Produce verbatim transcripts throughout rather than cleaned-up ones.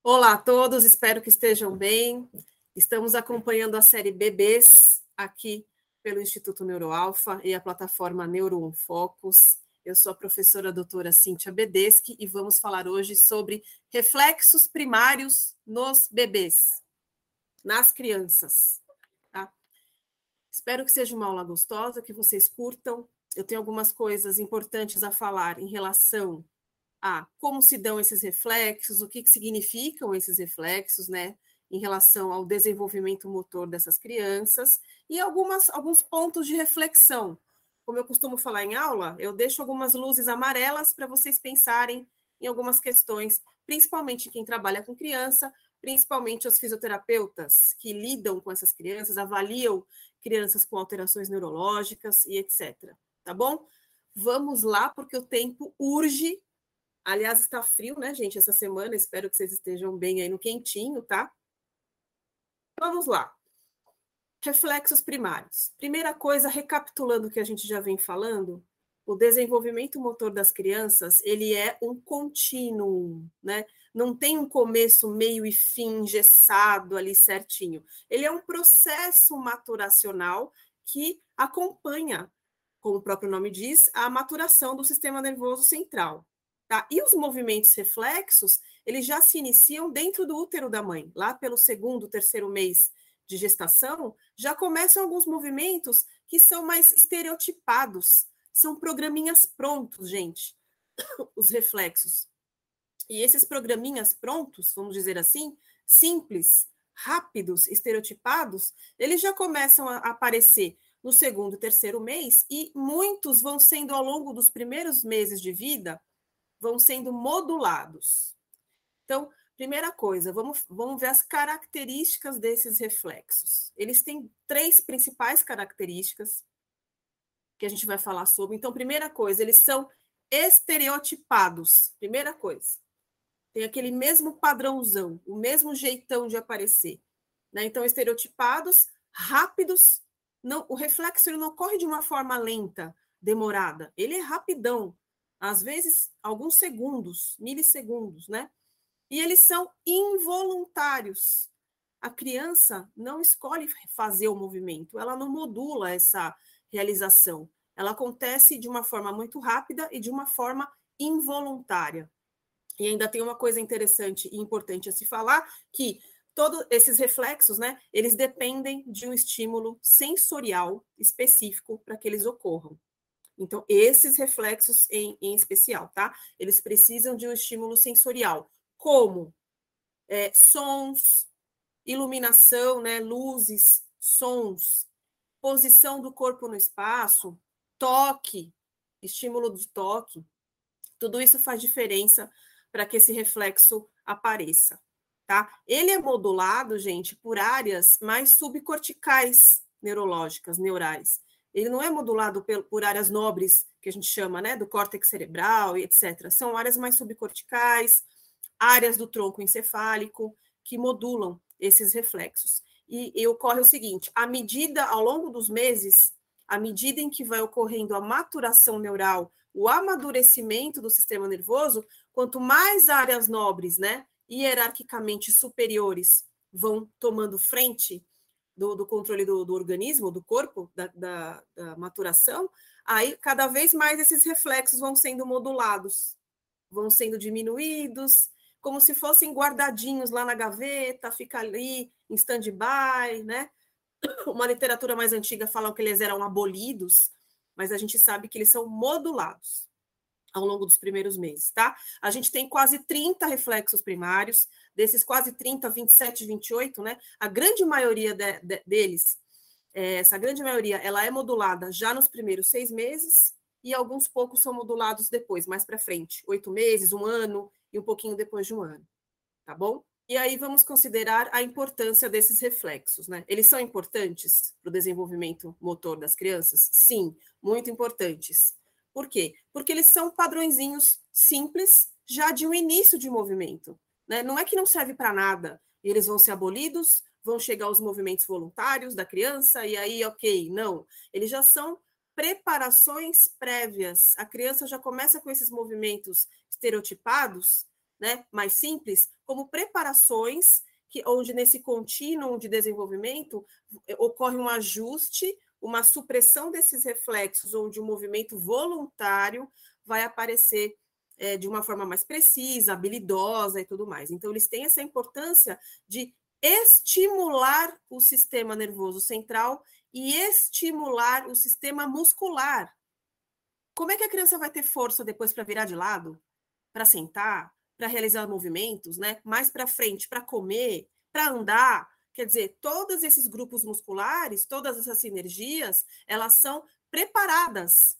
Olá a todos, espero que estejam bem. Estamos acompanhando a série Bebês aqui pelo Instituto Neuroalfa e a plataforma NeuroFocus. Eu sou a professora doutora Cíntia Bedeschi e vamos falar hoje sobre reflexos primários nos bebês, nas crianças. Tá? Espero que seja uma aula gostosa, que vocês curtam. Eu tenho algumas coisas importantes a falar em relação a como se dão esses reflexos, o que, que significam esses reflexos, né, em relação ao desenvolvimento motor dessas crianças, e algumas, alguns pontos de reflexão. Como eu costumo falar em aula, eu deixo algumas luzes amarelas para vocês pensarem em algumas questões, principalmente quem trabalha com criança, principalmente os fisioterapeutas que lidam com essas crianças, avaliam crianças com alterações neurológicas e etcétera. Tá bom? Vamos lá, porque o tempo urge. Aliás, está frio, né, gente, essa semana. Espero que vocês estejam bem aí no quentinho, tá? Vamos lá. Reflexos primários. Primeira coisa, recapitulando o que a gente já vem falando, o desenvolvimento motor das crianças, ele é um contínuo, né? Não tem um começo, meio e fim engessado ali certinho. Ele é um processo maturacional que acompanha, como o próprio nome diz, a maturação do sistema nervoso central. Tá? E os movimentos reflexos, eles já se iniciam dentro do útero da mãe, lá pelo segundo, terceiro mês de gestação, já começam alguns movimentos que são mais estereotipados, são programinhas prontos, gente, os reflexos. E esses programinhas prontos, vamos dizer assim, simples, rápidos, estereotipados, eles já começam a aparecer no segundo, terceiro mês, e muitos vão sendo, ao longo dos primeiros meses de vida, vão sendo modulados. Então, primeira coisa, vamos, vamos ver as características desses reflexos. Eles têm três principais características que a gente vai falar sobre. Então, primeira coisa, eles são estereotipados. Primeira coisa. Tem aquele mesmo padrãozão, o mesmo jeitão de aparecer. Né? Então, estereotipados, rápidos. Não, o reflexo ele não ocorre de uma forma lenta, demorada. Ele é rapidão. Às vezes, alguns segundos, milissegundos, né? E eles são involuntários. A criança não escolhe fazer o movimento, ela não modula essa realização. Ela acontece de uma forma muito rápida e de uma forma involuntária. E ainda tem uma coisa interessante e importante a se falar, que todos esses reflexos, né, eles dependem de um estímulo sensorial específico para que eles ocorram. Então, esses reflexos em, em especial, tá? Eles precisam de um estímulo sensorial, como é, sons, iluminação, né? Luzes, sons, posição do corpo no espaço, toque, estímulo de toque. Tudo isso faz diferença para que esse reflexo apareça, tá? Ele é modulado, gente, por áreas mais subcorticais neurológicas, neurais. Ele não é modulado por áreas nobres, que a gente chama, né, do córtex cerebral e etcétera. São áreas mais subcorticais, áreas do tronco encefálico, que modulam esses reflexos. E, e ocorre o seguinte, à medida, ao longo dos meses, à medida em que vai ocorrendo a maturação neural, o amadurecimento do sistema nervoso, quanto mais áreas nobres, né, hierarquicamente superiores, vão tomando frente Do, do controle do, do organismo, do corpo, da, da, da maturação, aí cada vez mais esses reflexos vão sendo modulados, vão sendo diminuídos, como se fossem guardadinhos lá na gaveta, fica ali em stand-by, né? Uma literatura mais antiga fala que eles eram abolidos, mas a gente sabe que eles são modulados ao longo dos primeiros meses, tá? A gente tem quase trinta reflexos primários, desses quase trinta, vinte e sete, vinte e oito, né? A grande maioria de, de, deles, é, essa grande maioria, ela é modulada já nos primeiros seis meses e alguns poucos são modulados depois, mais para frente, oito meses, um ano e um pouquinho depois de um ano, tá bom? E aí vamos considerar a importância desses reflexos, né? Eles são importantes para o desenvolvimento motor das crianças? Sim, muito importantes. Por quê? Porque eles são padrõezinhos simples já de um início de movimento. Né? Não é que não serve para nada, e eles vão ser abolidos, vão chegar os movimentos voluntários da criança, e aí, ok, não. Eles já são preparações prévias. A criança já começa com esses movimentos estereotipados né, mais simples, como preparações que, onde nesse contínuo de desenvolvimento ocorre um ajuste, uma supressão desses reflexos, onde o movimento voluntário vai aparecer é, de uma forma mais precisa, habilidosa e tudo mais. Então, eles têm essa importância de estimular o sistema nervoso central e estimular o sistema muscular. Como é que a criança vai ter força depois para virar de lado, para sentar, para realizar movimentos, né? Mais para frente, para comer, para andar? Quer dizer, todos esses grupos musculares, todas essas sinergias, elas são preparadas,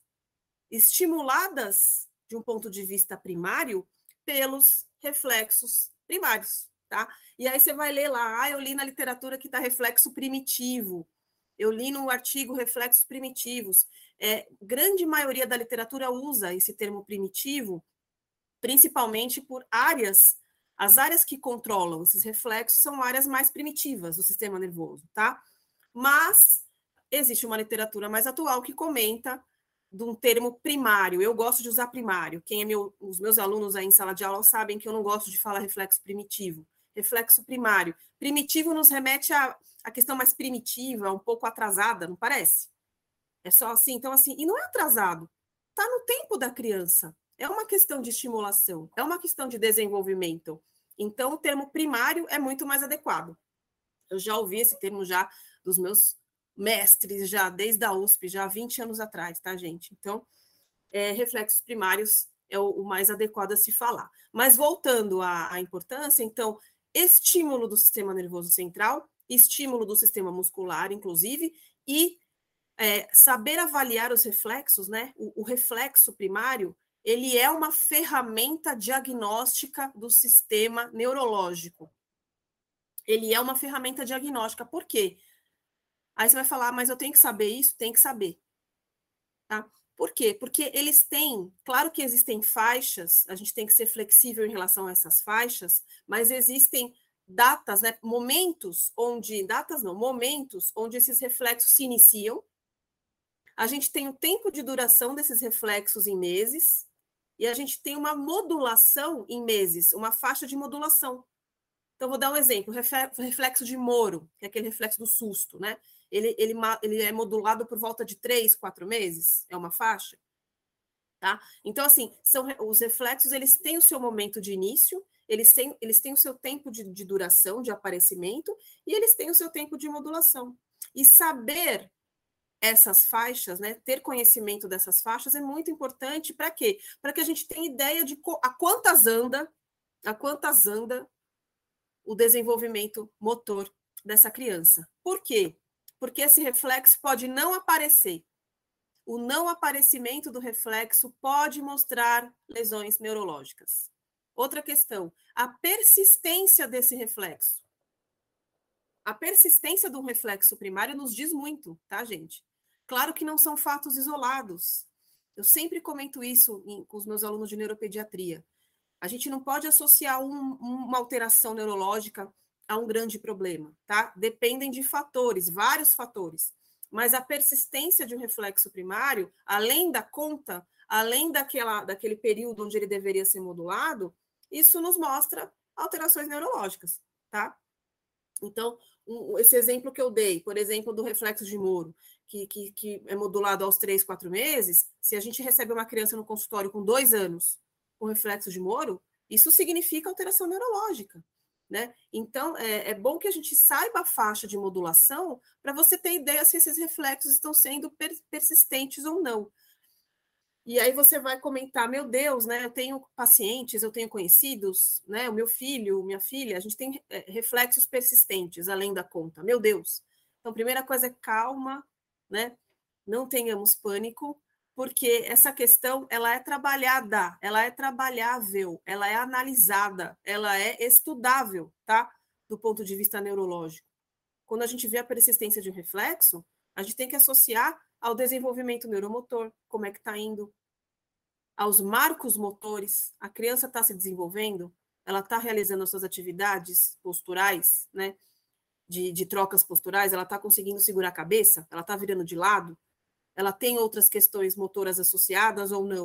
estimuladas de um ponto de vista primário pelos reflexos primários, tá? E aí você vai ler lá, ah, eu li na literatura que está reflexo primitivo, eu li no artigo reflexos primitivos. É, grande maioria da literatura usa esse termo primitivo, principalmente por áreas, as áreas que controlam esses reflexos são áreas mais primitivas do sistema nervoso, tá? Mas existe uma literatura mais atual que comenta de um termo primário. Eu gosto de usar primário. Quem é meu, os meus alunos aí em sala de aula sabem que eu não gosto de falar reflexo primitivo. Reflexo primário. Primitivo nos remete à, à questão mais primitiva, um pouco atrasada, não parece? É só assim, então assim, e não é atrasado. Está no tempo da criança. É uma questão de estimulação, é uma questão de desenvolvimento. Então, o termo primário é muito mais adequado. Eu já ouvi esse termo já dos meus mestres, já desde a U S P, já há vinte anos atrás, tá, gente? Então, é, reflexos primários é o, o mais adequado a se falar. Mas voltando à, à importância, então, estímulo do sistema nervoso central, estímulo do sistema muscular, inclusive, e é, saber avaliar os reflexos, né? O, o reflexo primário, ele é uma ferramenta diagnóstica do sistema neurológico. Ele é uma ferramenta diagnóstica. Por quê? Aí você vai falar, mas eu tenho que saber isso? Tem que saber. Tá? Por quê? Porque eles têm, claro que existem faixas, a gente tem que ser flexível em relação a essas faixas, mas existem datas, né, momentos onde, datas não, momentos onde esses reflexos se iniciam. A gente tem o tempo de duração desses reflexos em meses, e a gente tem uma modulação em meses, uma faixa de modulação. Então, vou dar um exemplo, o reflexo de Moro, que é aquele reflexo do susto, né? Ele, ele, ele é modulado por volta de três, quatro meses, é uma faixa, tá? Então, assim, são, os reflexos, eles têm o seu momento de início, eles têm, eles têm o seu tempo de, de duração, de aparecimento, e eles têm o seu tempo de modulação. E saber essas faixas, né, ter conhecimento dessas faixas é muito importante. Para quê? Para que a gente tenha ideia de a quantas anda, a quantas anda o desenvolvimento motor dessa criança. Por quê? Porque esse reflexo pode não aparecer. O não aparecimento do reflexo pode mostrar lesões neurológicas. Outra questão, a persistência desse reflexo. A persistência do reflexo primário nos diz muito, tá, gente? Claro que não são fatos isolados. Eu sempre comento isso em, com os meus alunos de neuropediatria. A gente não pode associar um, uma alteração neurológica a um grande problema, tá? Dependem de fatores, vários fatores. Mas a persistência de um reflexo primário, além da conta, além daquela, daquele período onde ele deveria ser modulado, isso nos mostra alterações neurológicas, tá? Então, um, esse exemplo que eu dei, por exemplo, do reflexo de Moro, que, que, que é modulado aos três, quatro meses, se a gente recebe uma criança no consultório com dois anos com reflexo de Moro, isso significa alteração neurológica, né? Então, é, é bom que a gente saiba a faixa de modulação para você ter ideia se esses reflexos estão sendo per persistentes ou não. E aí você vai comentar, meu Deus, né? Eu tenho pacientes, eu tenho conhecidos, né? O meu filho, minha filha, a gente tem reflexos persistentes além da conta. Meu Deus. Então, primeira coisa é calma, né? Não tenhamos pânico, porque essa questão ela é trabalhada, ela é trabalhável, ela é analisada, ela é estudável, tá? Do ponto de vista neurológico. Quando a gente vê a persistência de um reflexo, a gente tem que associar ao desenvolvimento neuromotor, como é que está indo, aos marcos motores, a criança está se desenvolvendo, ela está realizando as suas atividades posturais, né, de, de trocas posturais, ela está conseguindo segurar a cabeça, ela está virando de lado, ela tem outras questões motoras associadas ou não,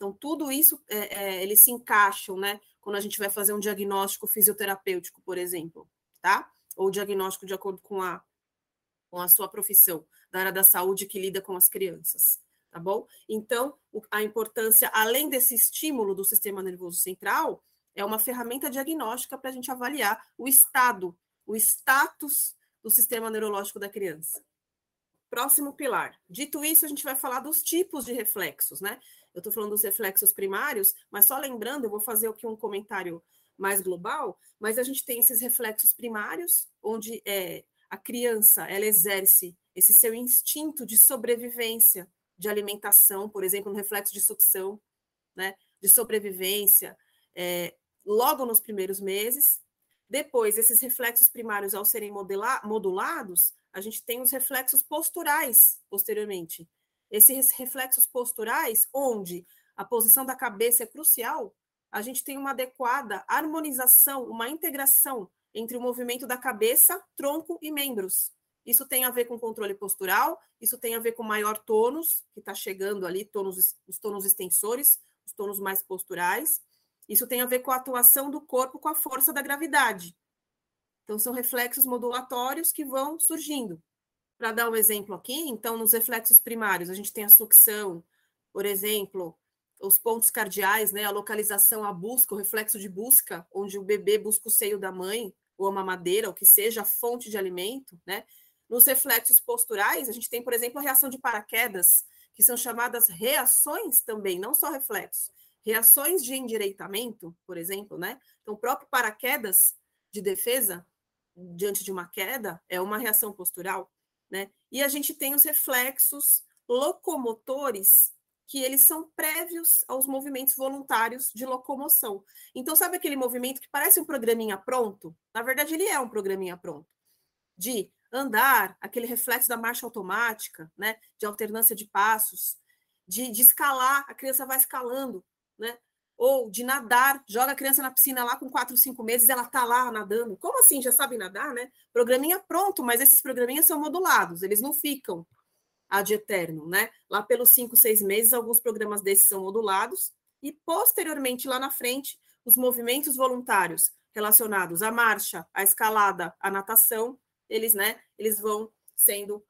Então, tudo isso, é, é, eles se encaixam, né? Quando a gente vai fazer um diagnóstico fisioterapêutico, por exemplo, tá? Ou diagnóstico de acordo com a, com a sua profissão, da área da saúde que lida com as crianças, tá bom? Então, a importância, além desse estímulo do sistema nervoso central, é uma ferramenta diagnóstica para a gente avaliar o estado, o status do sistema neurológico da criança. Próximo pilar. Dito isso, a gente vai falar dos tipos de reflexos, né? Eu estou falando dos reflexos primários, mas só lembrando, eu vou fazer aqui um comentário mais global, mas a gente tem esses reflexos primários, onde é, a criança, ela exerce esse seu instinto de sobrevivência, de alimentação, por exemplo, no reflexo de sucção, né? De sobrevivência, é, logo nos primeiros meses. Depois, esses reflexos primários, ao serem modelar, modulados, a gente tem os reflexos posturais, posteriormente. Esses reflexos posturais, onde a posição da cabeça é crucial, a gente tem uma adequada harmonização, uma integração entre o movimento da cabeça, tronco e membros. Isso tem a ver com controle postural, isso tem a ver com maior tônus, que está chegando ali, tônus, os tônus extensores, os tônus mais posturais. Isso tem a ver com a atuação do corpo com a força da gravidade. Então, são reflexos modulatórios que vão surgindo. Para dar um exemplo aqui, então, nos reflexos primários, a gente tem a sucção, por exemplo, os pontos cardeais, né, a localização, a busca, o reflexo de busca, onde o bebê busca o seio da mãe, ou a mamadeira, ou que seja a fonte de alimento, né? Nos reflexos posturais, a gente tem, por exemplo, a reação de paraquedas, que são chamadas reações também, não só reflexos. Reações de endireitamento, por exemplo, né? Então, o próprio paraquedas de defesa, diante de uma queda, é uma reação postural, né? E a gente tem os reflexos locomotores, que eles são prévios aos movimentos voluntários de locomoção. Então, sabe aquele movimento que parece um programinha pronto? Na verdade, ele é um programinha pronto. De andar, aquele reflexo da marcha automática, né? De alternância de passos, de, de escalar, a criança vai escalando, né? Ou de nadar, joga a criança na piscina lá com quatro, cinco meses, ela tá lá nadando. Como assim? Já sabe nadar, né? Programinha pronto, mas esses programinhas são modulados, eles não ficam ad eterno, né? Lá pelos cinco, seis meses, alguns programas desses são modulados, e posteriormente, lá na frente, os movimentos voluntários relacionados à marcha, à escalada, à natação, eles, né, eles vão sendo,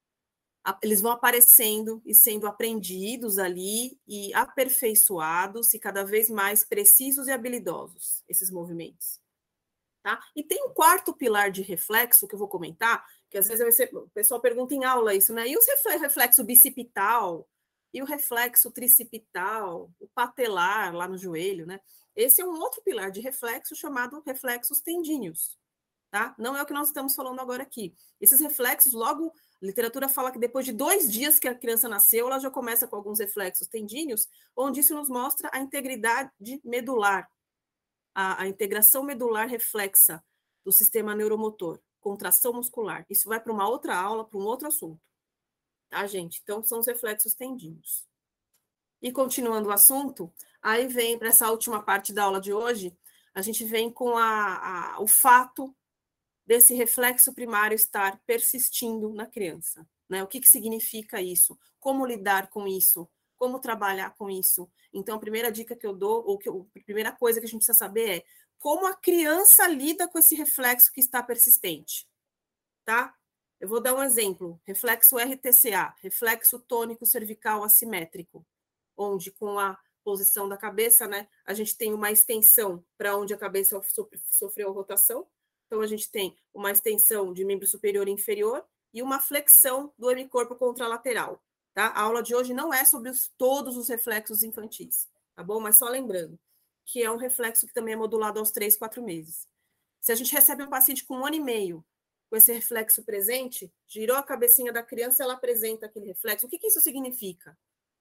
eles vão aparecendo e sendo aprendidos ali e aperfeiçoados e cada vez mais precisos e habilidosos, esses movimentos. Tá? E tem um quarto pilar de reflexo que eu vou comentar, que às vezes o pessoal pergunta em aula isso, né? E os reflexo bicipital, e o reflexo tricipital, o patelar lá no joelho, né? Esse é um outro pilar de reflexo chamado reflexos tendíneos, tá? Não é o que nós estamos falando agora aqui. Esses reflexos, logo, a literatura fala que depois de dois dias que a criança nasceu, ela já começa com alguns reflexos tendíneos, onde isso nos mostra a integridade medular, A, a integração medular reflexa do sistema neuromotor, contração muscular. Isso vai para uma outra aula, para um outro assunto. Tá, gente? Então, são os reflexos tendíneos. E continuando o assunto, aí vem para essa última parte da aula de hoje, a gente vem com a, a, o fato desse reflexo primário estar persistindo na criança. Né? O que, que significa isso? Como lidar com isso? Como trabalhar com isso? Então, a primeira dica que eu dou, ou que eu, a primeira coisa que a gente precisa saber é como a criança lida com esse reflexo que está persistente, tá? Eu vou dar um exemplo, reflexo R T C A, reflexo tônico cervical assimétrico, onde com a posição da cabeça, né, a gente tem uma extensão para onde a cabeça sofreu rotação, então a gente tem uma extensão de membro superior e inferior e uma flexão do hemicorpo contralateral. Tá? A aula de hoje não é sobre os, todos os reflexos infantis, tá bom? Mas só lembrando que é um reflexo que também é modulado aos três, quatro meses. Se a gente recebe um paciente com um ano e meio com esse reflexo presente, girou a cabecinha da criança, ela apresenta aquele reflexo. O que, que isso significa?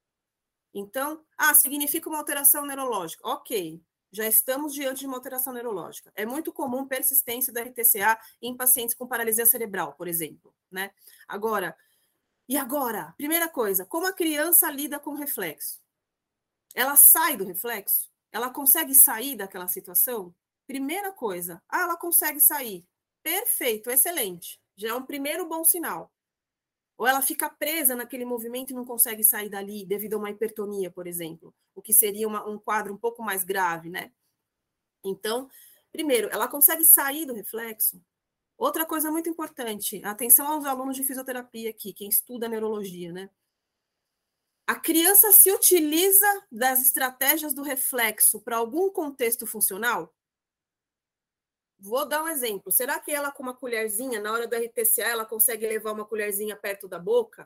Então, ah, significa uma alteração neurológica. Ok, já estamos diante de uma alteração neurológica. É muito comum persistência da R T C A em pacientes com paralisia cerebral, por exemplo, né? Agora, E agora, primeira coisa, como a criança lida com o reflexo? Ela sai do reflexo? Ela consegue sair daquela situação? Primeira coisa, ah, ela consegue sair. Perfeito, excelente. Já é um primeiro bom sinal. Ou ela fica presa naquele movimento e não consegue sair dali devido a uma hipertonia, por exemplo, o que seria uma, um quadro um pouco mais grave, né? Então, primeiro, ela consegue sair do reflexo. Outra coisa muito importante, atenção aos alunos de fisioterapia aqui, quem estuda neurologia, né? A criança se utiliza das estratégias do reflexo para algum contexto funcional? Vou dar um exemplo. Será que ela, com uma colherzinha, na hora do R T C A, ela consegue levar uma colherzinha perto da boca?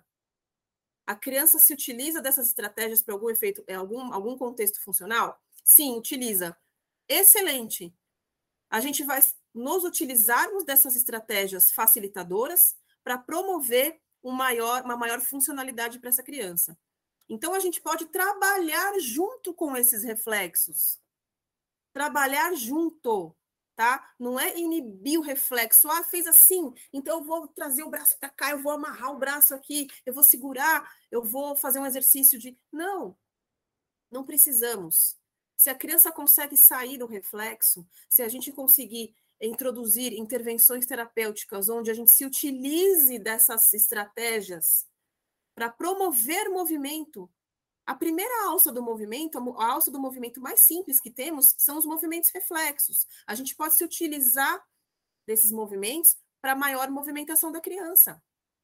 A criança se utiliza dessas estratégias para algum efeito, em algum, algum contexto funcional? Sim, utiliza. Excelente. A gente vai nos utilizarmos dessas estratégias facilitadoras para promover um maior, uma maior funcionalidade para essa criança. Então, a gente pode trabalhar junto com esses reflexos. Trabalhar junto, tá? Não é inibir o reflexo. Ah, fez assim, então eu vou trazer o braço para cá, eu vou amarrar o braço aqui, eu vou segurar, eu vou fazer um exercício de... Não, não precisamos. Se a criança consegue sair do reflexo, se a gente conseguir introduzir intervenções terapêuticas onde a gente se utilize dessas estratégias para promover movimento. A primeira alça do movimento, a alça do movimento mais simples que temos, são os movimentos reflexos. A gente pode se utilizar desses movimentos para maior movimentação da criança.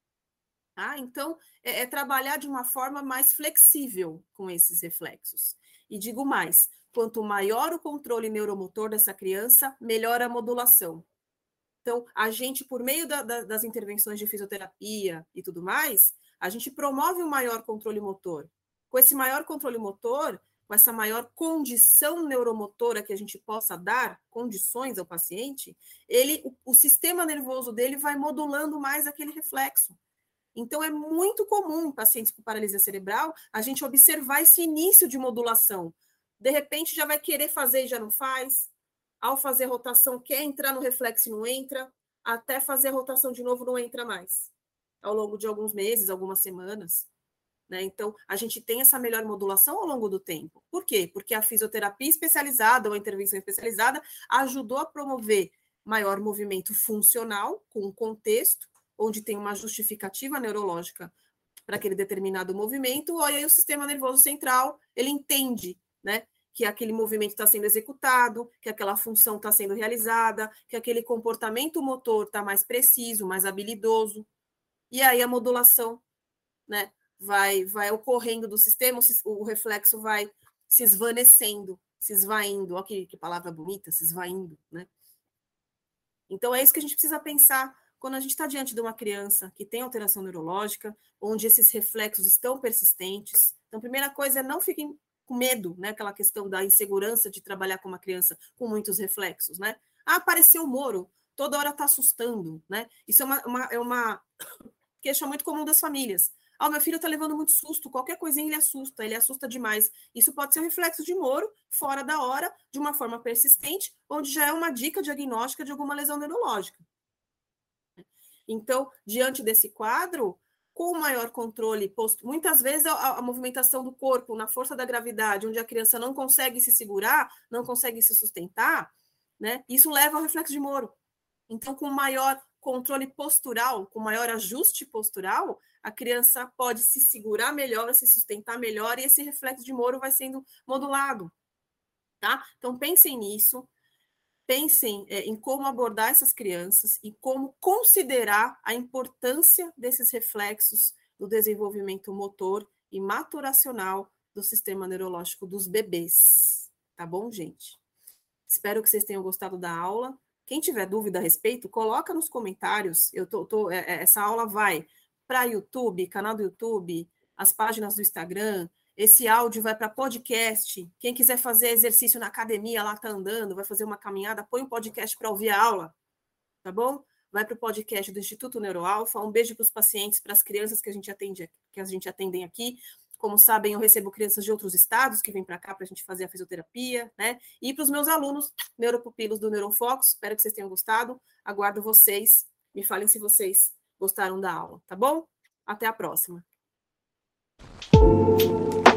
Tá? Então, é, é trabalhar de uma forma mais flexível com esses reflexos. E digo mais, quanto maior o controle neuromotor dessa criança, melhor a modulação. Então, a gente, por meio da, da, das intervenções de fisioterapia e tudo mais, a gente promove um maior controle motor. Com esse maior controle motor, com essa maior condição neuromotora que a gente possa dar, condições ao paciente, ele, o, o sistema nervoso dele vai modulando mais aquele reflexo. Então, é muito comum em pacientes com paralisia cerebral a gente observar esse início de modulação. De repente, já vai querer fazer e já não faz. Ao fazer rotação, quer entrar no reflexo e não entra. Até fazer rotação de novo, não entra mais. Ao longo de alguns meses, algumas semanas. Né? Então, a gente tem essa melhor modulação ao longo do tempo. Por quê? Porque a fisioterapia especializada ou a intervenção especializada ajudou a promover maior movimento funcional, com um contexto, onde tem uma justificativa neurológica para aquele determinado movimento, ou aí o sistema nervoso central, ele entende, né, que aquele movimento está sendo executado, que aquela função está sendo realizada, que aquele comportamento motor está mais preciso, mais habilidoso, e aí a modulação, né, vai, vai ocorrendo do sistema, o reflexo vai se esvanecendo, se esvaindo, olha que, que palavra bonita, se esvaindo, né? Então é isso que a gente precisa pensar quando a gente está diante de uma criança que tem alteração neurológica, onde esses reflexos estão persistentes. Então, a primeira coisa é não fiquem com medo, né? Aquela questão da insegurança de trabalhar com uma criança com muitos reflexos, né? Ah, apareceu o Moro, toda hora está assustando, né? Isso é uma, uma, é uma queixa muito comum das famílias. Ah, meu filho está levando muito susto, qualquer coisinha ele assusta, ele assusta demais. Isso pode ser um reflexo de Moro, fora da hora, de uma forma persistente, onde já é uma dica diagnóstica de alguma lesão neurológica. Então, diante desse quadro, com maior controle posto, muitas vezes a, a movimentação do corpo na força da gravidade, onde a criança não consegue se segurar, não consegue se sustentar, né? Isso leva ao reflexo de Moro. Então, com maior controle postural, com maior ajuste postural, a criança pode se segurar melhor, se sustentar melhor, e esse reflexo de Moro vai sendo modulado, tá? Então, pensem nisso. Pensem é, em como abordar essas crianças e como considerar a importância desses reflexos no desenvolvimento motor e maturacional do sistema neurológico dos bebês. Tá bom, gente? Espero que vocês tenham gostado da aula. Quem tiver dúvida a respeito, coloca nos comentários. Eu tô, tô, é, essa aula vai para YouTube, canal do YouTube, as páginas do Instagram. Esse áudio vai para podcast. Quem quiser fazer exercício na academia, lá está andando, vai fazer uma caminhada, põe um podcast para ouvir a aula, tá bom? Vai para o podcast do Instituto Neuroalfa. Um beijo para os pacientes, para as crianças que a gente atende, que a gente atende aqui. Como sabem, eu recebo crianças de outros estados que vêm para cá para a gente fazer a fisioterapia, né? E para os meus alunos, neuropupilos do Neuronfocus, espero que vocês tenham gostado. Aguardo vocês. Me falem se vocês gostaram da aula, tá bom? Até a próxima.